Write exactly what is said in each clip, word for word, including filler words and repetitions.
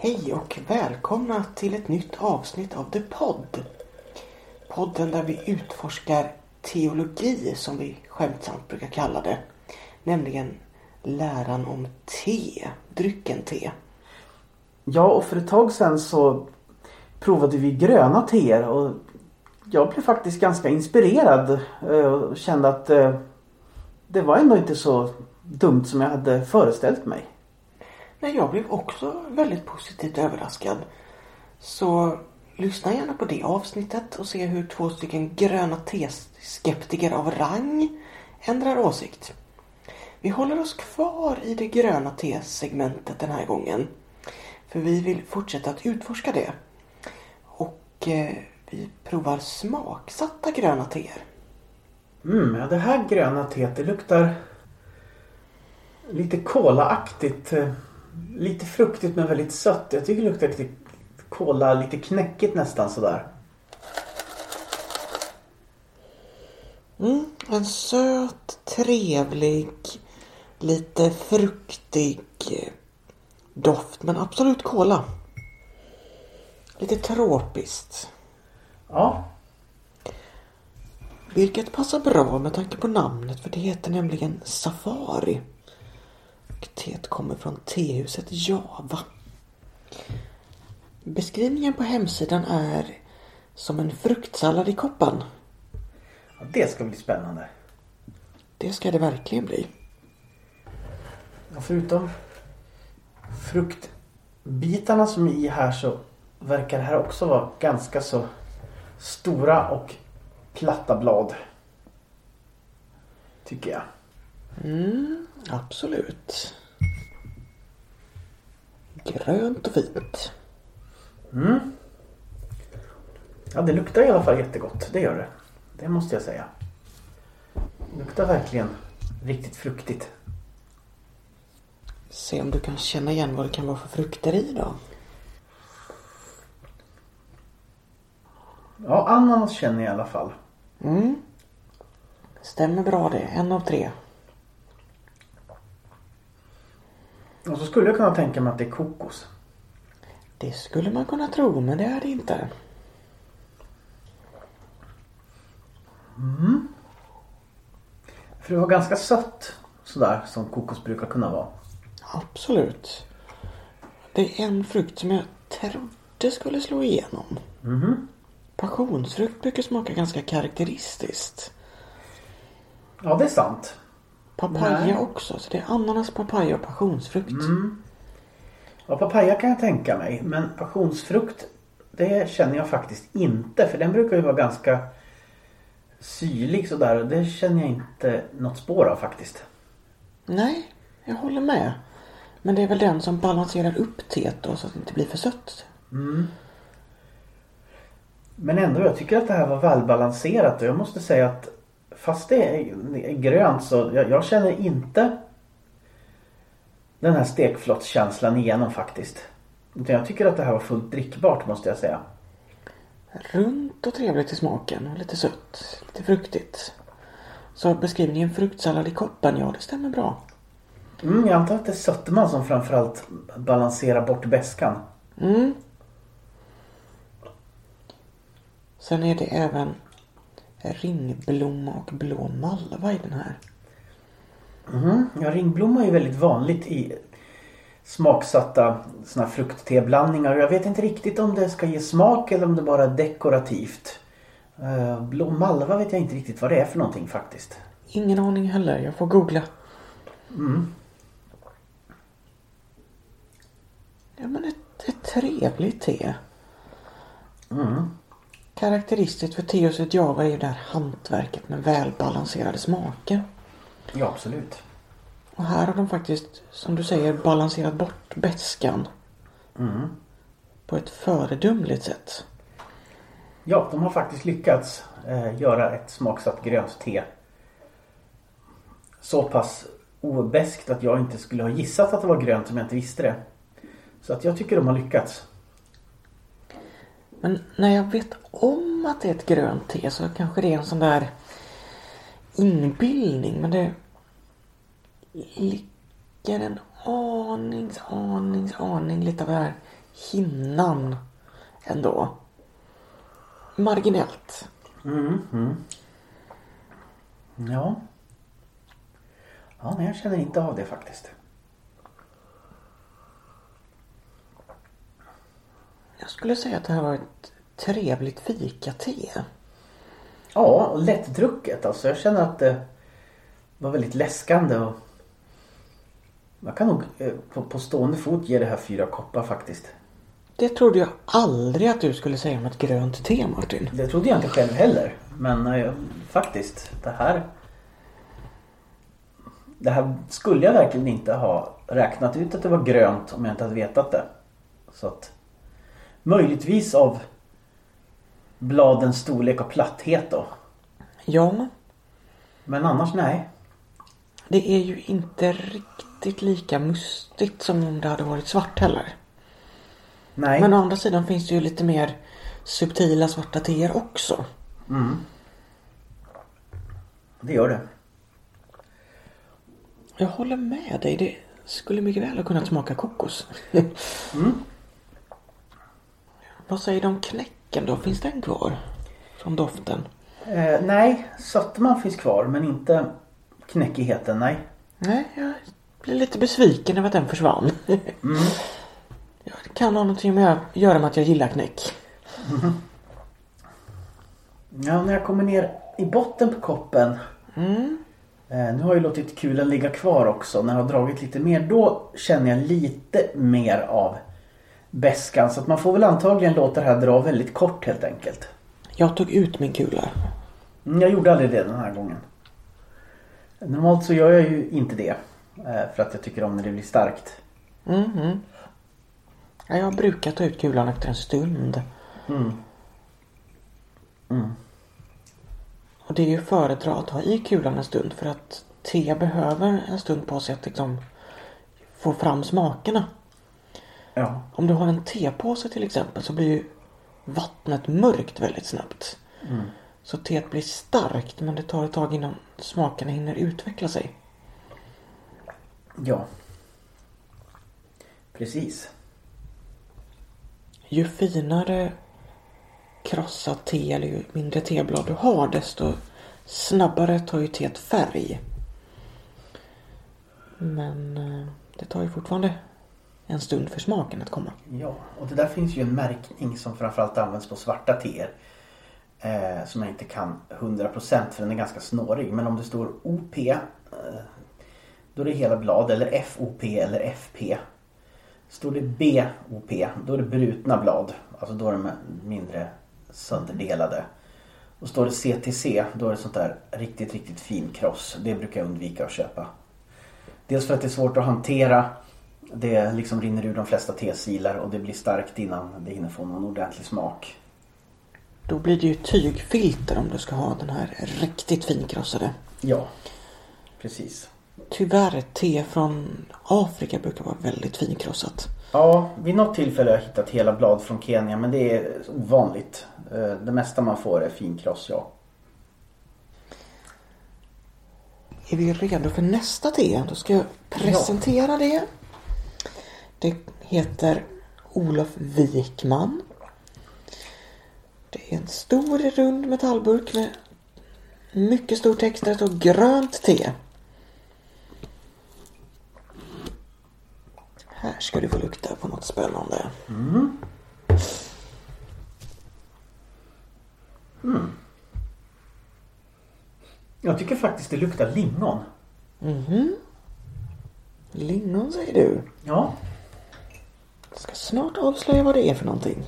Hej och välkomna till ett nytt avsnitt av The Podd. Podden där vi utforskar teologi, som vi skämtsamt brukar kalla det. Nämligen läran om te, drycken te. Ja, och för ett tag sedan så provade vi gröna teer och jag blev faktiskt ganska inspirerad och kände att det var ändå inte så dumt som jag hade föreställt mig. Nej, jag blev också väldigt positivt överraskad. Så lyssna gärna på det avsnittet och se hur två stycken gröna te-skeptiker av rang ändrar åsikt. Vi håller oss kvar i det gröna te-segmentet den här gången. För vi vill fortsätta att utforska det. Och eh, vi provar smaksatta gröna teer. Mm, ja, det här gröna teet, det luktar lite kolaaktigt. Lite fruktigt men väldigt sött. Jag tycker det luktar lite kola, lite knäckigt nästan sådär. Mm, en söt, trevlig, lite fruktig doft, men absolut kola. Lite tropiskt. Ja. Vilket passar bra med tanke på namnet, för det heter nämligen Safari. Och teet kommer från tehuset Java. Beskrivningen på hemsidan är som en fruktsallad i koppen. Ja, det ska bli spännande. Det ska det verkligen bli. Ja, förutom fruktbitarna som är i här så verkar det här också vara ganska så stora och platta blad. Tycker jag. Mm, absolut. Grönt och fint. Mm. Ja, det luktar i alla fall jättegott. Det gör det. Det måste jag säga. Det luktar verkligen riktigt fruktigt. Se om du kan känna igen vad det kan vara för frukter i då. Ja, ananas känner jag i alla fall. Mm. Stämmer bra det. En av tre. Och så skulle jag kunna tänka mig att det är kokos. Det skulle man kunna tro, men det är det inte. Mm. För det var ganska sött sådär som kokos brukar kunna vara. Absolut. Det är en frukt som jag trodde skulle slå igenom. Mm. Passionsfrukt brukar smaka ganska karaktäristiskt. Ja, det är sant. Papaya Nej. också. Så det är ananas, papaya och passionsfrukt. Mm. Ja, papaya kan jag tänka mig. Men passionsfrukt, det känner jag faktiskt inte. För den brukar ju vara ganska syrlig sådär. Och det känner jag inte något spår av faktiskt. Nej, jag håller med. Men det är väl den som balanserar upp teet då, så att det inte blir för sött. Mm. Men ändå, jag tycker att det här var välbalanserat. Och jag måste säga att fast det är grönt så jag, jag känner inte den här stekflottskänslan igenom faktiskt. Utan jag tycker att det här var fullt drickbart, måste jag säga. Runt och trevligt i smaken och lite sött, lite fruktigt. Så beskrivningen fruktsallad i koppen, ja det stämmer bra. Mm, jag antar att det är sötman som framförallt balanserar bort beskan. Mm. Sen är det även ringblomma och blå malva i den här. Mm, ja, ringblomma är ju väldigt vanligt i smaksatta såna här fruktteblandningar. Jag vet inte riktigt om det ska ge smak eller om det bara är dekorativt. Uh, blå malva vet jag inte riktigt vad det är för någonting faktiskt. Ingen aning heller, jag får googla. Mm. Ja, men ett, ett trevligt te. Mm. Karaktäristiskt för tehuset Java är ju det här hantverket med välbalanserade smaker. Ja, absolut. Och här har de faktiskt, som du säger, balanserat bort beskan. Mm. På ett föredömligt sätt. Ja, de har faktiskt lyckats eh, göra ett smaksatt grönt te så pass obäskt att jag inte skulle ha gissat att det var grönt om jag inte visste det. Så att jag tycker de har lyckats. Men när jag vet om att det är ett grönt te så kanske det är en sån där inbildning. Men det ligger en anings, anings, aning lite av det här hinnan ändå. Marginellt. Mm, mm. Ja. Ja, men jag känner inte av det faktiskt. Jag skulle säga att det här var ett trevligt fika-te. Ja, och lättdrucket. Alltså jag känner att det var väldigt läskande. Och man kan nog på, på stående fot ge det här fyra koppar faktiskt. Det trodde jag aldrig att du skulle säga om ett grönt te, Martin. Det trodde jag inte själv heller. Men eh, faktiskt, det här... Det här skulle jag verkligen inte ha räknat ut att det var grönt om jag inte hade vetat det. Så att... Möjligtvis av bladens storlek och platthet då. Ja. Men annars nej. Det är ju inte riktigt lika mustigt som om det hade varit svart heller. Nej. Men å andra sidan finns det ju lite mer subtila svarta teer också. Mm. Det gör det. Jag håller med dig. Det skulle mycket väl ha kunnat smaka kokos. Mm. Vad säger du om knäcken då? Finns den kvar? Från doften? Eh, nej, sötman finns kvar men inte knäckigheten, nej. Nej, jag blir lite besviken över att den försvann. Mm. Ja, det kan ha någonting med att göra med att jag gillar knäck. Mm. Ja, när jag kommer ner i botten på koppen. Mm. Eh, nu har jag låtit kulen ligga kvar också. När jag har dragit lite mer, då känner jag lite mer av bäskan. Så att man får väl antagligen låta det här dra väldigt kort helt enkelt. Jag tog ut min kula. Mm, jag gjorde aldrig det den här gången. Normalt så gör jag ju inte det. Eh, för att jag tycker om när det blir starkt. Mm. Ja, jag brukar ta ut kulan efter en stund. Mm. Mm. Och det är ju föredra att ha i kulan en stund. För att te behöver en stund på sig att liksom få fram smakerna. Ja. Om du har en tepåse till exempel så blir ju vattnet mörkt väldigt snabbt. Mm. Så teet blir starkt men det tar ett tag innan smakerna hinner utveckla sig. Ja. Precis. Ju finare krossat te eller ju mindre teblad du har desto snabbare tar ju teet färg. Men det tar ju fortfarande en stund för smaken att komma. Ja, och det där finns ju en märkning som framförallt används på svarta teer. Eh, som jag inte kan hundra procent för den är ganska snårig. Men om det står O P eh, då är det hela blad, eller F O P eller F P. Står det B O P då är det brutna blad. Alltså då är de mindre sönderdelade. Och står det C T C då är det sånt där riktigt riktigt fin kross. Det brukar jag undvika att köpa. Dels för att det är svårt att hantera. Det liksom rinner ur de flesta tesilar och det blir starkt innan det hinner få någon ordentlig smak. Då blir det ju tygfilter om du ska ha den här riktigt finkrossade. Ja, precis. Tyvärr, te från Afrika brukar vara väldigt finkrossat. Ja, vid något tillfälle har jag hittat hela blad från Kenya, men det är ovanligt. Det mesta man får är finkross, ja. Är vi redo för nästa te? Då ska jag presentera ja. det. Det heter Olof Wikman. Det är en stor rund metallburk med mycket stor text där det står grönt te. Här ska du få lukta på något spännande. Mm. Mm. Jag tycker faktiskt det luktar lingon. Mhm. Lingon säger du? Ja. Jag ska snart avslöja vad det är för någonting.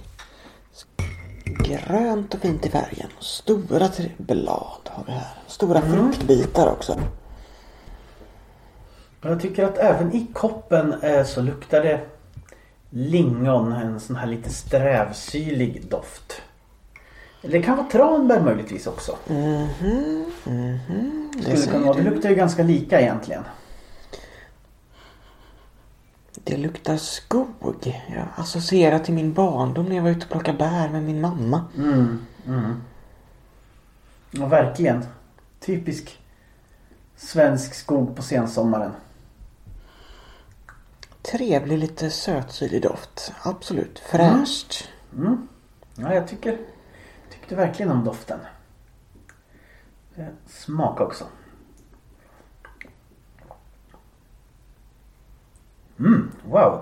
Grönt och fint i färgen. Stora blad har vi här. Stora mm. fruktbitar också. Jag tycker att även i koppen eh, så luktar det lingon. En sån här lite strävsyrlig doft. Det kan vara tranbär möjligtvis också. Mhm. Mhm. Det, det, kan vara, det luktar ju ganska lika egentligen. Det luktar skog. Jag associerar till min barndom när jag var ute och plockade bär med min mamma. Mm, mm. Ja, verkligen. Typisk svensk skog på sensommaren. trevlig, lite sötsyrlig doft. Absolut. Fräscht. Mm. Mm. Ja, jag tycker, tyckte verkligen om doften. Smak också. Mm, wow.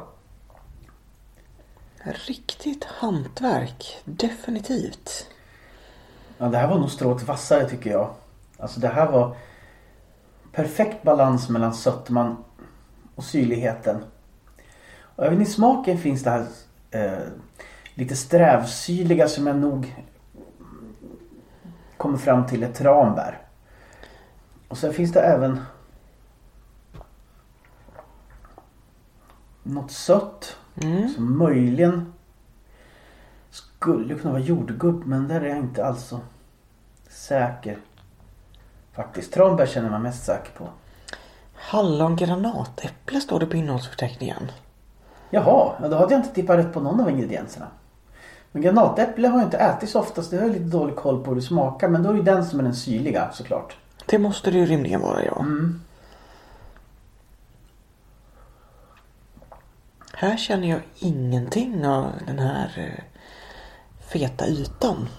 Riktigt hantverk. Definitivt. Ja, det här var nog strået vassare tycker jag. Alltså det här var perfekt balans mellan sötman och syrligheten. Och även i smaken finns det här eh, lite strävsyrliga som jag nog kommer fram till ett tranbär. Och sen finns det även något sött mm. som möjligen skulle kunna vara jordgubb, men där är jag inte alls så säker. Faktiskt, tranbär känner man mest säker på. Hallongranatäpple står det på innehållsförteckningen. Jaha, ja, då hade jag inte tippat rätt på någon av ingredienserna. Men granatäpple har jag inte ätit så oftast. Det har lite dålig koll på hur det smakar. Men då är det den som är den syrliga såklart. Det måste det ju rimligen vara, ja. Mm. Här känner jag ingenting av den här eh, feta ytan.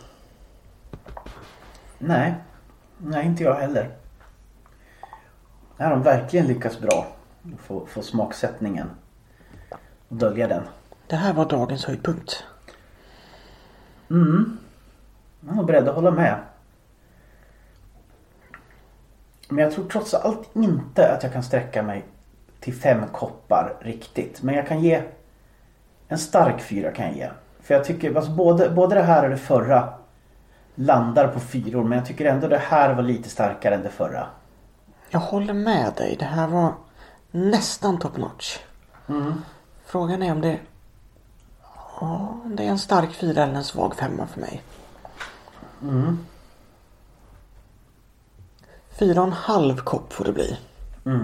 Nej. Nej, inte jag heller. Här har de verkligen lyckats bra. Få, få smaksättningen. Och dölja den. Det här var dagens höjdpunkt. Mm. Jag är beredd att hålla med. Men jag tror trots allt inte att jag kan sträcka mig till fem koppar riktigt. Men jag kan ge en stark fyra kan jag ge. För jag tycker alltså både, både det här och det förra landar på fyror. Men jag tycker ändå det här var lite starkare än det förra. Jag håller med dig. Det här var nästan top notch. Mm. Frågan är om det... Ja, det är en stark fyra eller en svag femma för mig. Mm. Fyra och en halv kopp får det bli. Mm.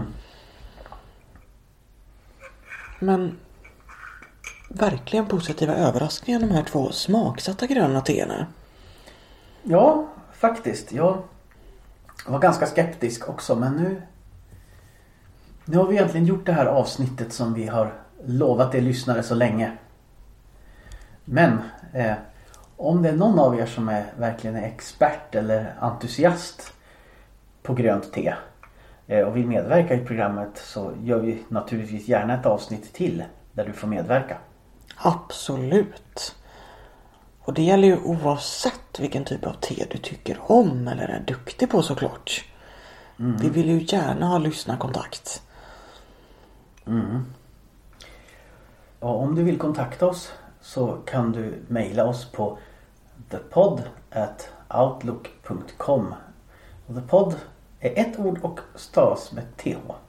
Men verkligen positiva överraskningar de här två smaksatta gröna teerna. Ja, faktiskt. Jag var ganska skeptisk också, men nu nu har vi egentligen gjort det här avsnittet som vi har lovat er lyssnare så länge. Men eh, om det är någon av er som är verkligen är expert eller entusiast på grönt te eh, och vill medverka i programmet, så gör vi naturligtvis gärna ett avsnitt till där du får medverka. Absolut. Och det gäller ju oavsett vilken typ av te du tycker om eller är duktig på såklart. Mm. Vi vill ju gärna ha lyssnarkontakt. Mm. Och om du vill kontakta oss så kan du mejla oss på thepod at outlook dot com. Och thepod är ett ord och stavas med th.